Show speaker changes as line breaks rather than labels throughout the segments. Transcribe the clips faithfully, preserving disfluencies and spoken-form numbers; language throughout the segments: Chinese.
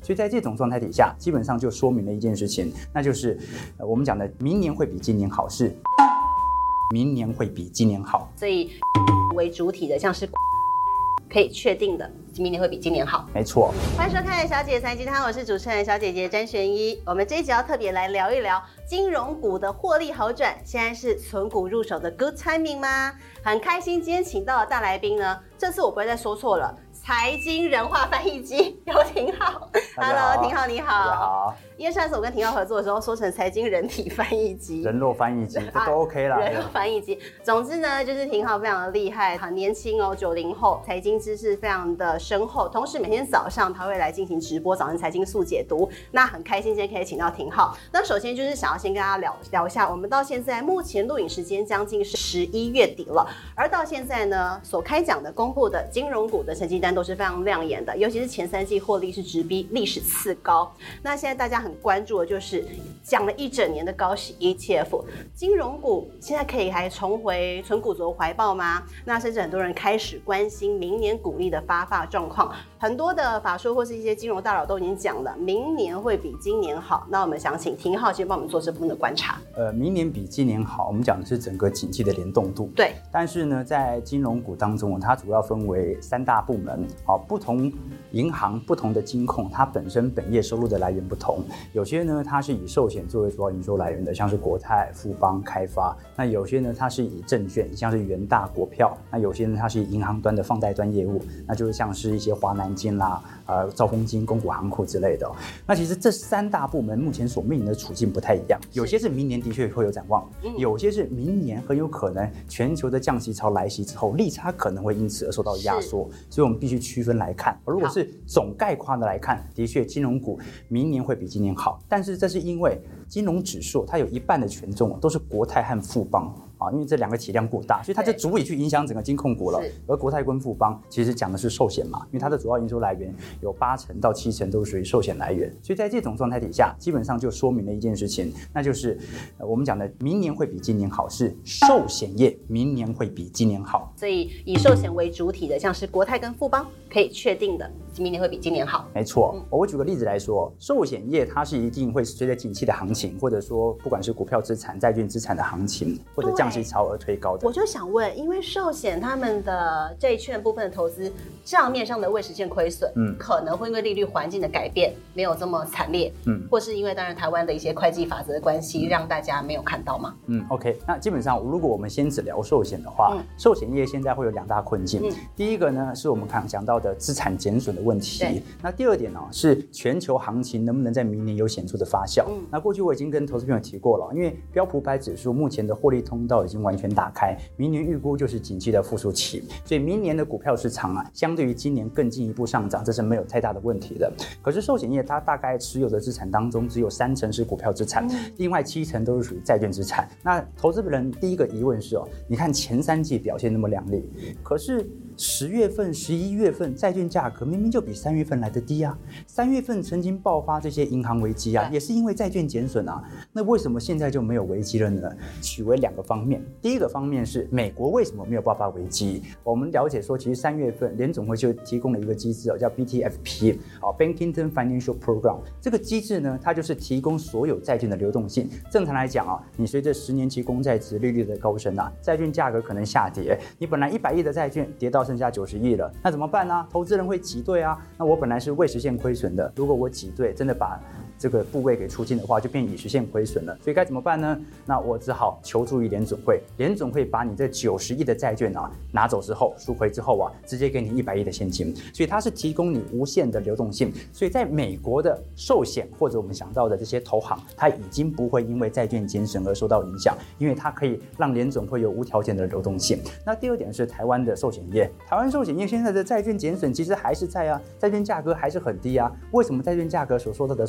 所以在这种状态底下，基本上就说明了一件事情，那就是、呃、我们讲的明年会比今年好，是明年会比今年好。
所以为主体的像是可以确定的明年会比今年好。
没错。
欢迎收看小姐财经汤，我是主持人小姐姐詹璇依。我们这一集要特别来聊一聊金融股的获利好转，现在是存股入手的 good timing 吗？很开心今天请到的大来宾呢，这次我不会再说错了，财经人话翻译机有廷浩。Hello， 廷浩你好。
大家好。
因为上次我跟廷浩合作的时候，说成财经人体翻译机、
人肉翻译机，这都 OK 啦。
人肉翻译机，总之呢，就是廷浩非常的厉害，很年轻哦，九零后，财经知识非常的深厚。同时每天早上他会来进行直播，早上财经速解读。那很开心今天可以请到廷浩。那首先就是想要先跟大家聊聊一下，我们到现在目前录影时间将近是十一月底了，而到现在呢，所开奖的公布的金融股的成绩单都是非常亮眼的，尤其是前三季获利是直逼历史次高。那现在大家很关注的就是讲了一整年的高息 E T F， 金融股现在可以还重回存股族的怀抱吗？那甚至很多人开始关心明年股利的发放状况，很多的法说或是一些金融大佬都已经讲了，明年会比今年好。那我们想请廷浩先帮我们做这部分的观察。
呃，明年比今年好，我们讲的是整个景气的联动度。
对。
但是呢，在金融股当中，它主要分为三大部门，好，不同银行、不同的金控，它本身本业收入的来源不同。有些呢，它是以寿险作为主要营收来源的，像是国泰、富邦、开发；那有些呢，它是以证券，像是元大、国票；那有些呢，它是以银行端的放贷端业务，那就是像是一些华南金啦、呃兆丰金、公股行库之类的。那其实这三大部门目前所面临的处境不太一样，有些是明年的确会有展望，有些是明年很有可能全球的降息潮来袭之后，利差可能会因此而受到压缩，所以我们必须区分来看。如果是总概括的来看，的确金融股明年会比今年好，但是这是因为金融指数它有一半的权重都是国泰和富邦啊，因为这两个体量过大，所以它就足以去影响整个金控股了。而国泰跟富邦其实讲的是寿险嘛，因为它的主要营收来源有八成到七成都是属于寿险来源，所以在这种状态底下，基本上就说明了一件事情，那就是、呃、我们讲的明年会比今年好，是寿险业明年会比今年好。
所以以寿险为主体的，像是国泰跟富邦，可以确定的明年会比今年好。
没错，嗯、我举个例子来说，寿险业它是一定会随着景气的行情，或者说不管是股票资产、债券资产的行情，或者降息潮而推高的。
我就想问，因为寿险他们的债券部分的投资账面上的未实现亏损，嗯，可能会因为利率环境的改变没有这么惨烈，嗯，或是因为当然台湾的一些会计法则的关系，嗯、让大家没有看到嘛。
嗯 ，OK， 那基本上如果我们先只聊寿险的话，嗯、寿险业现在会有两大困境。嗯、第一个呢，是我们刚讲到的资产减损的问题。那第二点呢、哦，是全球行情能不能在明年有显著的发酵？嗯、那过去我已经跟投资朋友提过了，因为标普百指数目前的获利通道已经完全打开，明年预估就是景气的复苏期，所以明年的股票市场啊，相对于今年更进一步上涨，这是没有太大的问题的。可是寿险业它大概持有的资产当中，只有三成是股票资产，嗯、另外七成都是属于债券资产。那投资人第一个疑问是哦，你看前三季表现那么亮丽，可是十月份、十一月份债券价格明明就比三月份来得低啊，三月份曾经爆发这些银行危机啊，也是因为债券减损啊，那为什么现在就没有危机了呢？取为两个方面，第一个方面是美国为什么没有爆发危机？我们了解说，其实三月份联总会就提供了一个机制哦，叫 B T F P 哦 ，Banking Financial Program。这个机制呢，它就是提供所有债券的流动性。正常来讲啊，你随着十年期公债殖利率的高升啊，债券价格可能下跌，你本来一百亿的债券跌到剩下九十亿了，那怎么办呢？投资人会挤兑啊。那我本来是未实现亏损的，如果我挤兑真的把这个部位给出清的话，就变已实现亏损了。所以该怎么办呢？那我只好求助于联总会，联总会把你这九十亿的债券啊拿走之后，赎回之后啊，直接给你一百亿的现金。所以它是提供你无限的流动性。所以在美国的寿险或者我们想到的这些投行，它已经不会因为债券减损而受到影响，因为它可以让联总会有无条件的流动性。那第二点是台湾的寿险业，台湾寿险业现在的债券减损其实还是在啊，债券价格还是很低啊。为什么债券价格所受到的冲击却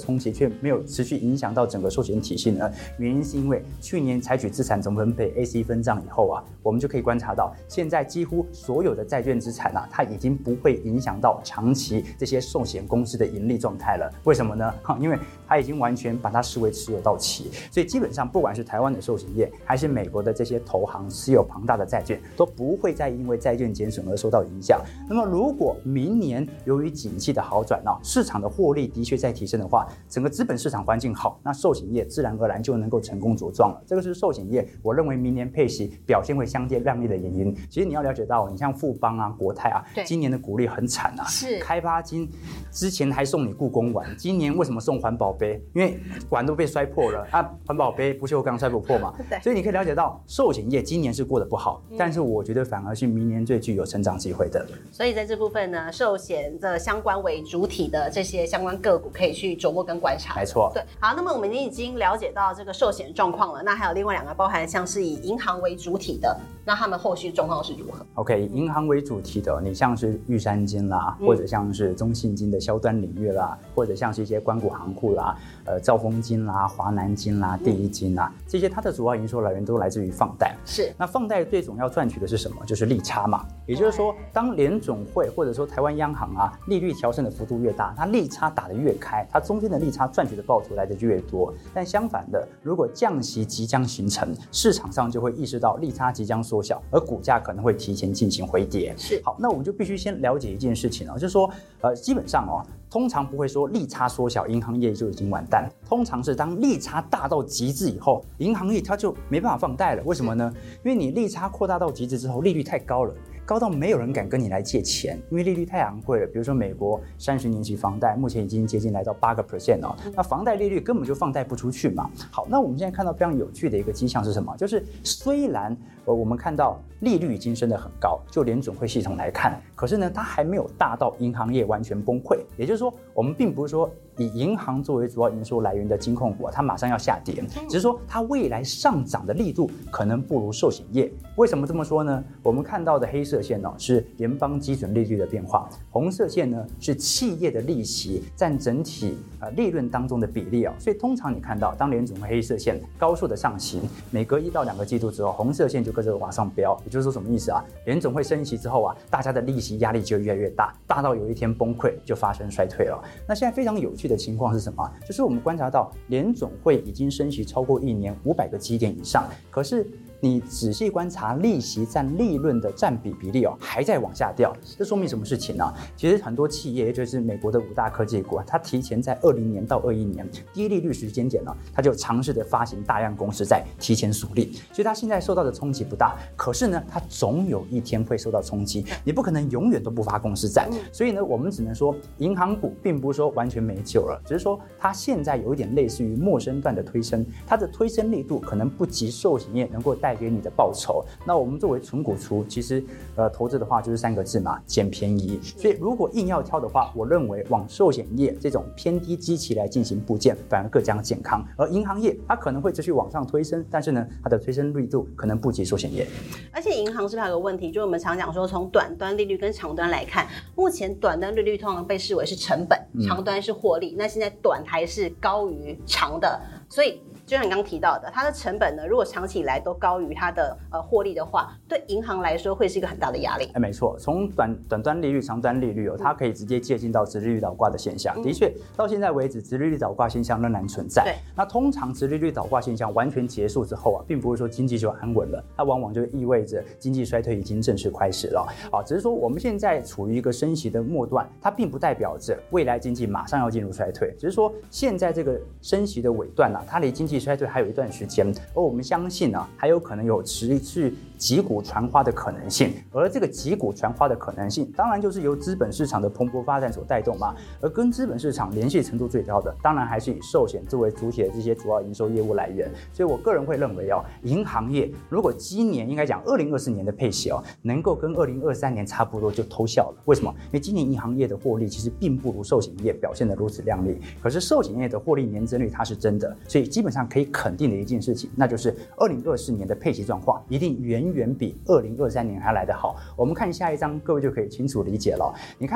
却没有持续影响到整个寿险体系呢？原因是因为去年采取资产总分配 A C 分账以后啊，我们就可以观察到，现在几乎所有的债券资产啊，它已经不会影响到长期这些寿险公司的盈利状态了。为什么呢？因为它已经完全把它视为持有到期，所以基本上不管是台湾的寿险业，还是美国的这些投行持有庞大的债券，都不会再因为债券减损而受到影响。那么如果明年由于景气的好转啊，市场的获利的确在提升的话，整个资本市场环境好，那寿险业自然而然就能够成功茁壮了。这个是寿险业我认为明年配息表现会相对亮丽的原因。其实你要了解到，你像富邦啊、国泰啊，今年的股利很惨啊，
是
开发金之前还送你故宫碗，今年为什么送环保杯？因为碗都被摔破了啊，环保杯不锈钢摔不破嘛。所以你可以了解到，寿险业今年是过得不好，嗯、但是我觉得反而是明年最具有成长机会的。
所以在这部分呢，寿险的相关为主体的这些相关个股可以去琢磨跟观察。
没错。
对，好，那么我们已经了解到这个寿险状况了，那还有另外两个包含像是以银行为主体的，那他们后续状况是如何
？OK， 银行为主题的，你像是玉山金啦，嗯、或者像是中信金的销端领域啦，或者像是一些官股行库啦，呃，兆丰金啦、华南金啦、第一金啦，这些它的主要营收来源都来自于放贷。
是，
那放贷最总要赚取的是什么？就是利差嘛。也就是说，当联总会或者说台湾央行啊，利率调升的幅度越大，它利差打得越开，它中间的利差赚取的报酬来的就越多。但相反的，如果降息即将形成，市场上就会意识到利差即将缩小，而股价可能会提前进行回跌。
是，
好，那我们就必须先了解一件事情哦，就是说，呃，基本上哦，通常不会说利差缩小，银行业就已经完蛋。通常是当利差大到极致以后，银行业它就没办法放贷了。为什么呢？因为你利差扩大到极致之后，利率太高了。高到没有人敢跟你来借钱，因为利率太昂贵了。比如说美国三十年期房贷目前已经接近来到八个 percent 哦，那房贷利率根本就放贷不出去嘛。好，那我们现在看到非常有趣的一个迹象是什么？就是虽然呃我们看到利率已经升得很高，就联准会系统来看，可是呢它还没有大到银行业完全崩溃。也就是说，我们并不是说以银行作为主要营收来源的金控股，它马上要下跌，只是说它未来上涨的力度可能不如寿险业。为什么这么说呢？我们看到的黑色线哦是联邦基准利率的变化，红色线呢是企业的利息占整体呃利润当中的比例哦。所以通常你看到当联总会黑色线高速的上行，每隔一到两个季度之后，红色线就跟着往上飙。也就是说什么意思啊？联总会升息之后啊，大家的利息压力就越来越大，大到有一天崩溃就发生衰退了。那现在非常有趣的情况是什么？就是我们观察到联总会已经升息超过一年五百个基点以上，可是你仔细观察利息占利润的占比比例哦，还在往下掉。这说明什么事情呢？其实很多企业，也就是美国的五大科技股，它提前在二零年到二一年低利率时间点呢，它就尝试的发行大量公司债，提前赎利，所以它现在受到的冲击不大。可是呢，它总有一天会受到冲击，你不可能永远都不发公司债。所以呢，我们只能说，银行股并不是说完全没救了，只是说它现在有一点类似于陌生段的推升，它的推升力度可能不及寿险业能够带给你的报酬。那我们作为纯股族，其实呃投资的话就是三个字嘛，捡便宜。所以如果硬要挑的话，我认为往寿险业这种偏低基期来进行布建，反而更加健康。而银行业它可能会持续往上推升，但是呢，它的推升力度可能不及寿险业。
而且银行是不是还有个问题？就是我们常讲说，从短端利率跟长端来看，目前短端利率通常被视为是成本，长端是获利。嗯、那现在短还是高于长的，所以就像你刚刚提到的，它的成本呢，如果长期以来都高于它的呃获利的话，对银行来说会是一个很大的压力。
哎，没错，从短短端利率、长端利率哦，它可以直接接近到殖利率倒挂的现象。嗯、的确，到现在为止，殖利率倒挂现象仍然存在。对，那通常殖利率倒挂现象完全结束之后啊，并不是说经济就安稳了，它往往就意味着经济衰退已经正式开始了。啊，只是说我们现在处于一个升息的末段，它并不代表着未来经济马上要进入衰退，只是说现在这个升息的尾段啊，它离经济衰退还有一段时间，而我们相信啊，还有可能有持续击鼓传花的可能性。而这个击鼓传花的可能性，当然就是由资本市场的蓬勃发展所带动嘛。而跟资本市场联系程度最高的，当然还是以寿险作为主体的这些主要营收业务来源。所以我个人会认为哦，银行业如果今年应该讲二零二四年的配息哦，能够跟二零二三年差不多就偷笑了。为什么？因为今年银行业的获利其实并不如寿险业表现得如此亮丽，可是寿险业的获利年增率它是真的，所以基本上可以肯定的一件事情，那就是二零二四年的配息状况一定远远比二零二三年还来得好。我们看下一章，各位就可以清楚理解了。你看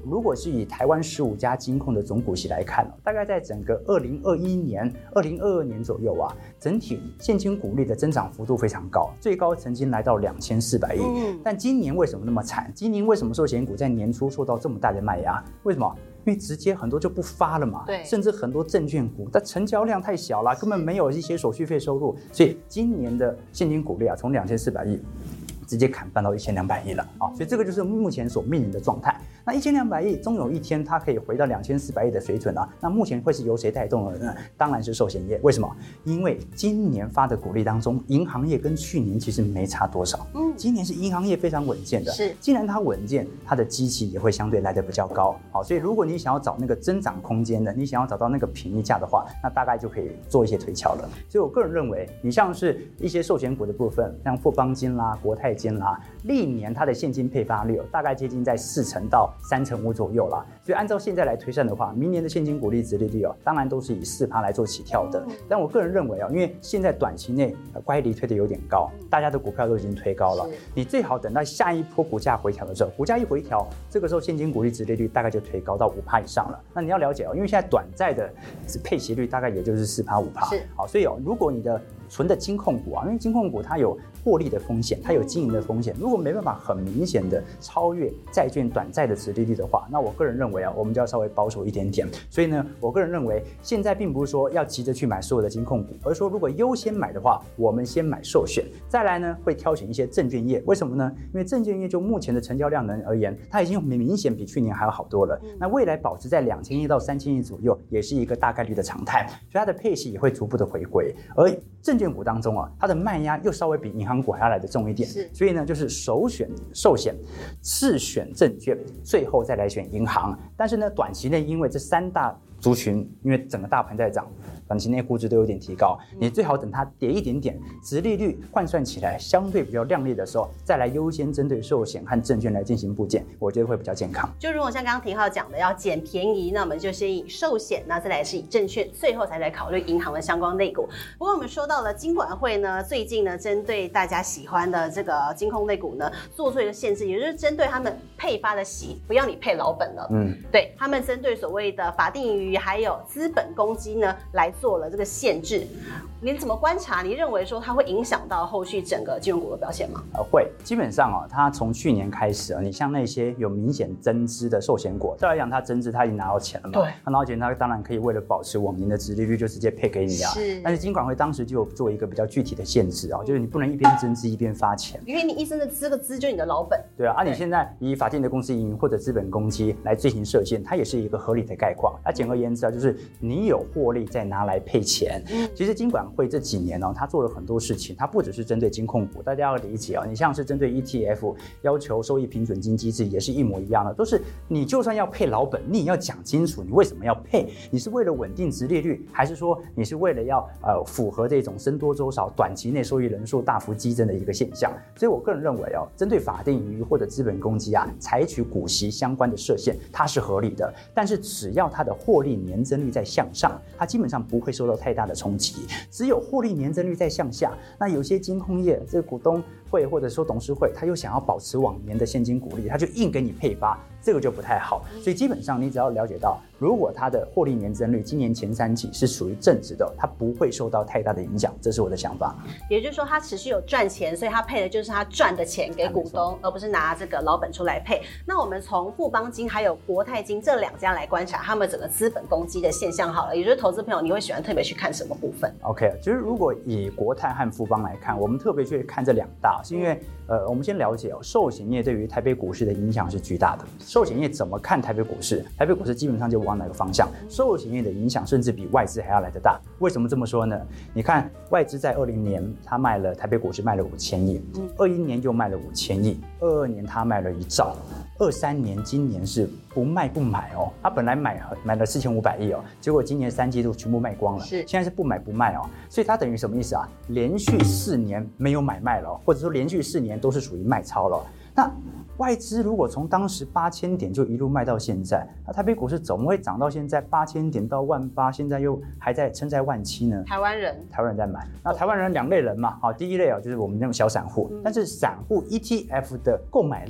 如果是以台湾十五家金控的总股息来看，大概在整个二零二一年、二零二二年左右啊，整体现金股利的增长幅度非常高，最高曾经来到两千四百亿。嗯、但今年为什么那么惨？今年为什么寿险股在年初受到这么大的卖压？为什么？因为直接很多就不发了嘛，
对，
甚至很多证券股，它成交量太小了，根本没有一些手续费收入，所以今年的现金股利啊，从两千四百亿直接砍半到一千两百亿了啊，所以这个就是目前所面临的状态。那一千两百亿终有一天它可以回到两千四百亿的水准啊，那目前会是由谁带动的呢？当然是寿险业。为什么？因为今年发的股利当中，银行业跟去年其实没差多少。嗯，今年是银行业非常稳健的。
是，
既然它稳健，它的基期也会相对来得比较高。好，所以如果你想要找那个增长空间的，你想要找到那个便宜价的话，那大概就可以做一些推敲了。所以我个人认为，你像是一些寿险股的部分，像富邦金啦、国泰金啦，历年它的现金配发率大概接近在四成到三成五左右啦。所以按照现在来推算的话，明年的现金股利殖利率哦，当然都是以四趴来做起跳的。但我个人认为啊，因为现在短期内乖离推的有点高，大家的股票都已经推高了，你最好等到下一波股价回调的时候，股价一回调，这个时候现金股利殖利率大概就推高到五趴以上了。那你要了解哦，因为现在短债的配息率大概也就是四趴五趴，好，所以哦，如果你的纯的金控股啊，因为金控股它有获利的风险，它有经营的风险，如果没办法很明显的超越债券短债的殖利率的话，那我个人认为啊，我们就要稍微保守一点点。所以呢，我个人认为现在并不是说要急着去买所有的金控股，而是说如果优先买的话，我们先买寿险，再来呢会挑选一些证券业。为什么呢？因为证券业就目前的成交量能而言，它已经明显比去年还要好多了。那未来保持在两千亿到三千亿左右，也是一个大概率的常态，所以它的配息也会逐步的回归。而证券股当中啊，它的卖压又稍微比银行股还要来的重一点，所以呢，就是首选寿险，次选证券，最后再来选银行。但是呢，短期内因为这三大族群，因为整个大盘在涨，短期内估值都有点提高，你最好等它跌一点点，殖利率换算起来相对比较亮丽的时候，再来优先针对寿险和证券来进行布件，我觉得会比较健康。
就如果像刚刚廷浩讲的，要捡便宜，那我们就先以寿险，那再来是以证券，最后才来考虑银行的相关类股。不过我们说到了金管会呢，最近呢，针对大家喜欢的这个金控类股呢，做出一个限制，也就是针对他们配发的息，不要你配老本了。嗯，对他们针对所谓的法定盈余还有资本公积呢，来做了这个限制。你怎么观察？你认为说它会影响到后续整个金融股的表现吗？
呃，会。基本上啊，它从去年开始啊，你像那些有明显增资的寿险股，照来讲它增资，它已经拿到钱了嘛。对。他拿到钱，它当然可以为了保持往年的殖利率，就直接配给你啊。是。但是金管会当时就有做一个比较具体的限制啊，就是你不能一边增资一边发钱，
因为你一生的这个资就是你的老本。
对啊，啊，你现在以法定的公司盈余或者资本公积来进行设限，它也是一个合理的概况。那简而言之啊，就是你有获利再拿来配钱。嗯。其实金管会这几年呢、哦，他做了很多事情，它不只是针对金控股，大家要理解啊、哦，你像是针对 E T F 要求收益平准金机制也是一模一样的，都是你就算要配老本，你也要讲清楚你为什么要配，你是为了稳定殖利率，还是说你是为了要呃符合这种僧多粥少、短期内收益人数大幅激增的一个现象？所以我个人认为哦，针对法定盈余或者资本公积啊，采取股息相关的设限，它是合理的，但是只要它的获利年增率在向上，它基本上不会受到太大的冲击。只有获利年增率在向下，那有些金控业这个股东会或者说董事会，他又想要保持往年的现金股利，他就硬给你配发，这个就不太好。所以基本上你只要了解到，如果它的获利年增率今年前三季是属于正值的，它不会受到太大的影响，这是我的想法。
也就是说，它持续有赚钱，所以它配的就是它赚的钱给股东，而不是拿这个老本出来配。那我们从富邦金还有国泰金这两家来观察他们整个资本公积的现象好了，也就是投资朋友你会喜欢特别去看什么部分
？OK， 就是如果以国泰和富邦来看，我们特别去看这两大，是因为呃，我们先了解哦，寿险业对于台北股市的影响是巨大的。寿险业怎么看台北股市？台北股市基本上就往哪个方向？寿险业的影响甚至比外资还要来得大。为什么这么说呢？你看外资在二零年他卖了台北股市卖了五千亿，二一年又卖了五千亿，二二年他卖了一兆，二三年今年是不卖不买哦，他本来买买了四千五百亿哦，结果今年三季度全部卖光了，是现在是不买不卖哦，所以它等于什么意思啊？连续四年没有买卖了、哦，或者说连续四年都是属于卖超了、哦。那外资如果从当时八千点就一路卖到现在，那台北股市怎么会涨到现在八千点到万八，现在又还在撑在万七呢？
台湾人，
台湾人在买。那台湾人两类人嘛，好，第一类啊就是我们那种小散户，嗯、但是散户 E T F 的购买量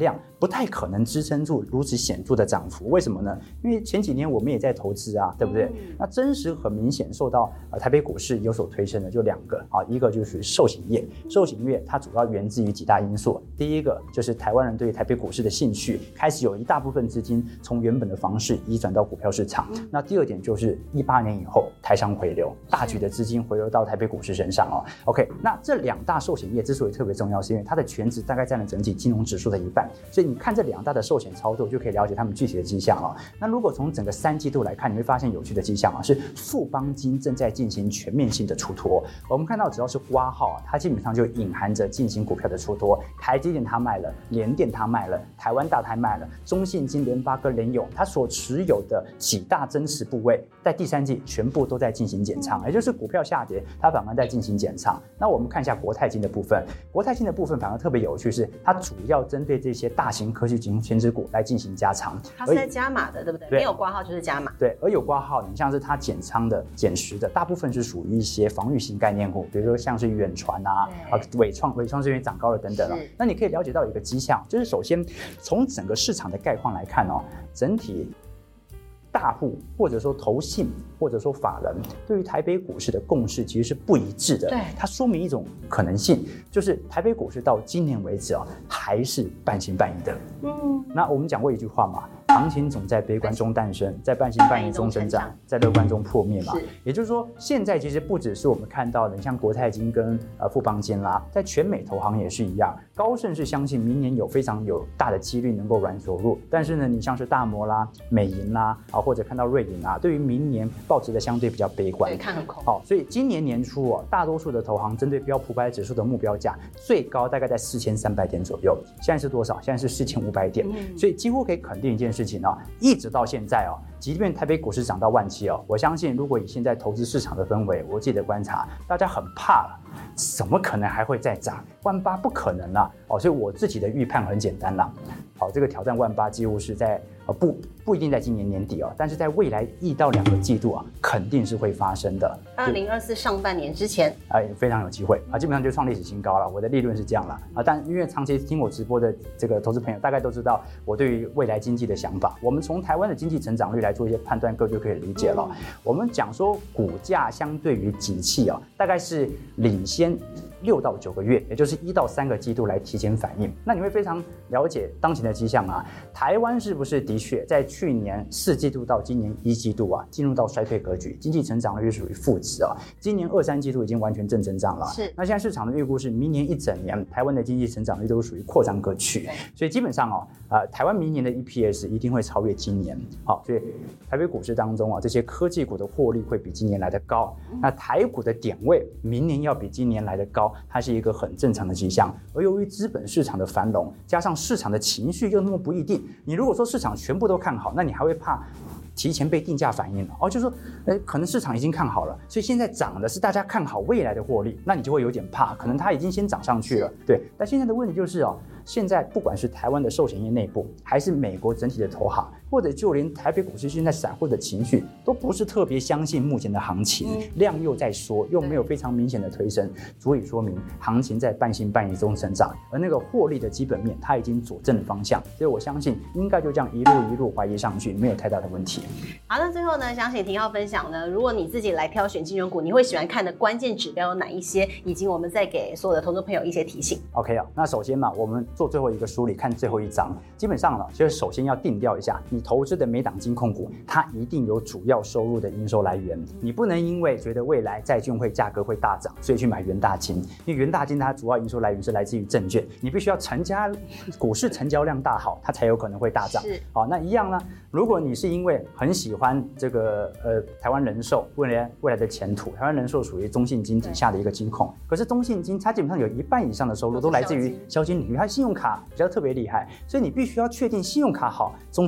不太可能支撑住如此显著的涨幅。为什么呢？因为前几年我们也在投资啊，对不对？嗯、那真实很明显受到、呃、台北股市有所推升的就两个啊，一个就是寿险业，寿险业它主要源自于几大因素。第一个就是台湾人对于台北股市的兴趣，开始有一大部分资金从原本的房市移转到股票市场。嗯、那第二点就是一八年以后台商回流，大举的资金回流到台北股市身上哦。OK， 那这两大寿险业之所以特别重要，是因为它的权值大概占了整体金融指数的一半，所以你看这两大的寿险操作就可以了解他们具体的迹象哦。那如果从整个三季度来看，你会发现有趣的迹象啊，是富邦金正在进行全面性的出脱。我们看到只要是挂号啊，它基本上就隐含着进行股票的出脱。台积电它卖了，联电它卖了，台湾大台卖了，中信金、联发科、联咏它所持有的几大增持部位，在第三季全部都在进行减仓，也就是股票下跌，它反而在进行减仓。那我们看一下国泰金的部分，国泰金的部分反而特别有趣，是它主要针对这些大型科技型全指股来进行加仓，
它是在加码的，对不对？对，没有挂号就是加码。
对，而有挂号，你像是它减仓的、减持的，大部分是属于一些防御型概念股，比如说像是远传啊、啊伟创、伟创是因为涨高了等等啊。那你可以了解到一个迹象，就是首先从整个市场的概况来看哦，整体大户或者说投信或者说法人对于台北股市的共识其实是不一致的。
对，
它说明一种可能性，就是台北股市到今年为止啊，还是半信半疑的。嗯，那我们讲过一句话嘛，行情总在悲观中诞生，在半信半疑中成长，在乐观中破灭嘛。也就是说，现在其实不只是我们看到的，像国泰金跟呃富邦金啦，在全美投行也是一样。高盛是相信明年有非常有大的几率能够软着陆，但是呢，你像是大摩啦、美银啦啊，或者看到瑞银啊，对于明年抱持的相对比较悲观，
对，看很空。
好、哦，所以今年年初哦，大多数的投行针对标普五百指数的目标价最高大概在四千三百点左右，现在是多少？现在是四千五百点、嗯，所以几乎可以肯定一件事情哦，一直到现在哦，即便台北股市涨到万七哦，我相信如果以现在投资市场的氛围，我自己的观察，大家很怕了，怎么可能还会再涨？万八不可能啦、啊！哦，所以我自己的预判很简单啦。好，这个挑战万八几乎是在呃不不一定在今年年底哦，但是在未来一到两个季度啊，肯定是会发生的。
二零二四上半年之前，
哎、呃，非常有机会啊，基本上就创历史新高了。我的利润是这样了啊，但因为长期听我直播的这个投资朋友，大概都知道我对于未来经济的想法。我们从台湾的经济成长率来做一些判断，各位就可以理解了。嗯、我们讲说股价相对于景气啊，大概是领先六到九个月，也就是一到三个季度来提前反应。那你会非常了解当前的迹象啊，台湾是不是的确在去年四季度到今年一季度啊，进入到衰退格局，经济成长率属于负值啊。今年二三季度已经完全正增长了。
是。
那现在市场的预估是明年一整年台湾的经济成长率都属于扩张格局，所以基本上哦，呃，台湾明年的 E P S 一定会超越今年。好，所以台北股市当中啊，这些科技股的获利会比今年来得高。嗯、那台股的点位明年要比今年来得高。它是一个很正常的迹象，而由于资本市场的繁荣，加上市场的情绪又那么不一定，你如果说市场全部都看好，那你还会怕提前被定价反应了哦，就是说，呃，可能市场已经看好了，所以现在涨的是大家看好未来的获利，那你就会有点怕，可能它已经先涨上去了，对。但现在的问题就是哦，现在不管是台湾的寿险业内部，还是美国整体的投行，或者就连台北股市现在散户的情绪，都不是特别相信目前的行情，嗯、量又在缩，又没有非常明显的推升，足以说明行情在半信半疑中成长，而那个获利的基本面它已经佐证了方向，所以我相信应该就这样一路一路怀疑上去，没有太大的问题。
好，那最后呢，想请庭皓分享呢，如果你自己来挑选金融股，你会喜欢看的关键指标有哪一些？以及我们再给所有的投资朋友一些提醒。
OK 啊，那首先嘛，我们做最后一个梳理，看最后一章，基本上呢，就是首先要定调一下，你投资的每档金控股，它一定有主要收入的营收来源，你不能因为觉得未来债券会价格会大涨，所以去买元大金，因为元大金它主要营收来源是来自于证券，你必须要成交股市成交量大好，它才有可能会大涨。好，那一样呢，如果你是因为很喜欢这个呃台湾人寿未来未来的前途，台湾人寿属于中信金底下的一个金控，可是中信金它基本上有一半以上的收入都来自于销金领域，它信用卡比较特别厉害，所以你必须要确定信用卡好，中信金才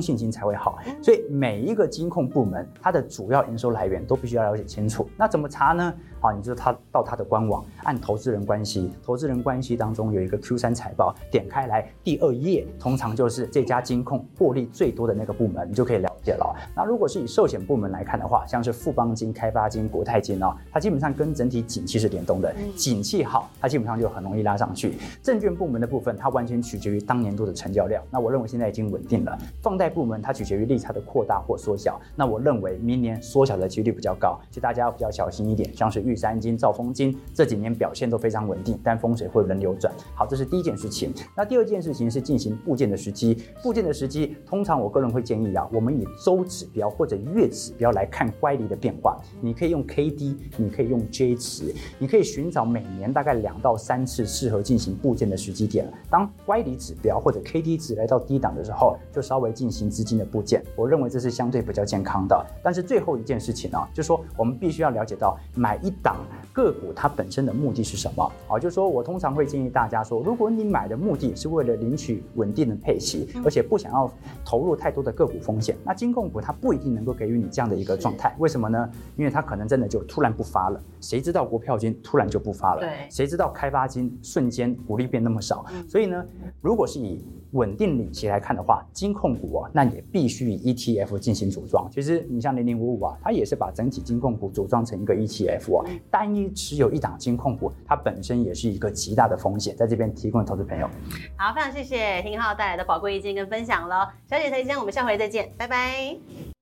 才会好。所以每一个金控部门，它的主要营收来源都必须要了解清楚。那怎么查呢？好，你就他到他的官网，按投资人关系，投资人关系当中有一个 Q 三 财报，点开来第二页，通常就是这家金控获利最多的那个部门，你就可以了解了。那如果是以寿险部门来看的话，像是富邦金、开发金、国泰金啊，它基本上跟整体景气是联动的，景气好，它基本上就很容易拉上去。证券部门的部分，它完全取决于当年度的成交量，那我认为现在已经稳定了。放贷部门它取决于利差的扩大或缩小，那我认为明年缩小的几率比较高，所以大家要比较小心一点，像是玉山金、兆丰金这几年表现都非常稳定，但风水会轮流转。好，这是第一件事情。那第二件事情是进行布件的时机。布件的时机，通常我个人会建议啊，我们以周指标或者月指标来看乖离的变化。你可以用 K D， 你可以用 J 值，你可以寻找每年大概两到三次适合进行布件的时机点。当乖离指标或者 K D 值来到低档的时候，就稍微进行资金的布件。我认为这是相对比较健康的。但是最后一件事情呢、啊，就是说我们必须要了解到买一档个股它本身的目的是什么啊？就是说我通常会建议大家说，如果你买的目的是为了领取稳定的配息，而且不想要投入太多的个股风险，那金控股它不一定能够给予你这样的一个状态。为什么呢？因为它可能真的就突然不发了，谁知道国票金突然就不发了？对，谁知道开发金瞬间股利变那么少？嗯、所以呢，如果是以稳定领息来看的话，金控股哦，那也必须以 E T F 进行组装。其实你像零零五五啊，它也是把整体金控股组装成一个 E T F 哦，单一持有一档金控股，它本身也是一个极大的风险，在这边提供给投资朋友。
好，非常谢谢廷浩带来的宝贵意见跟分享喽，小姐财经，我们下回再见，拜拜。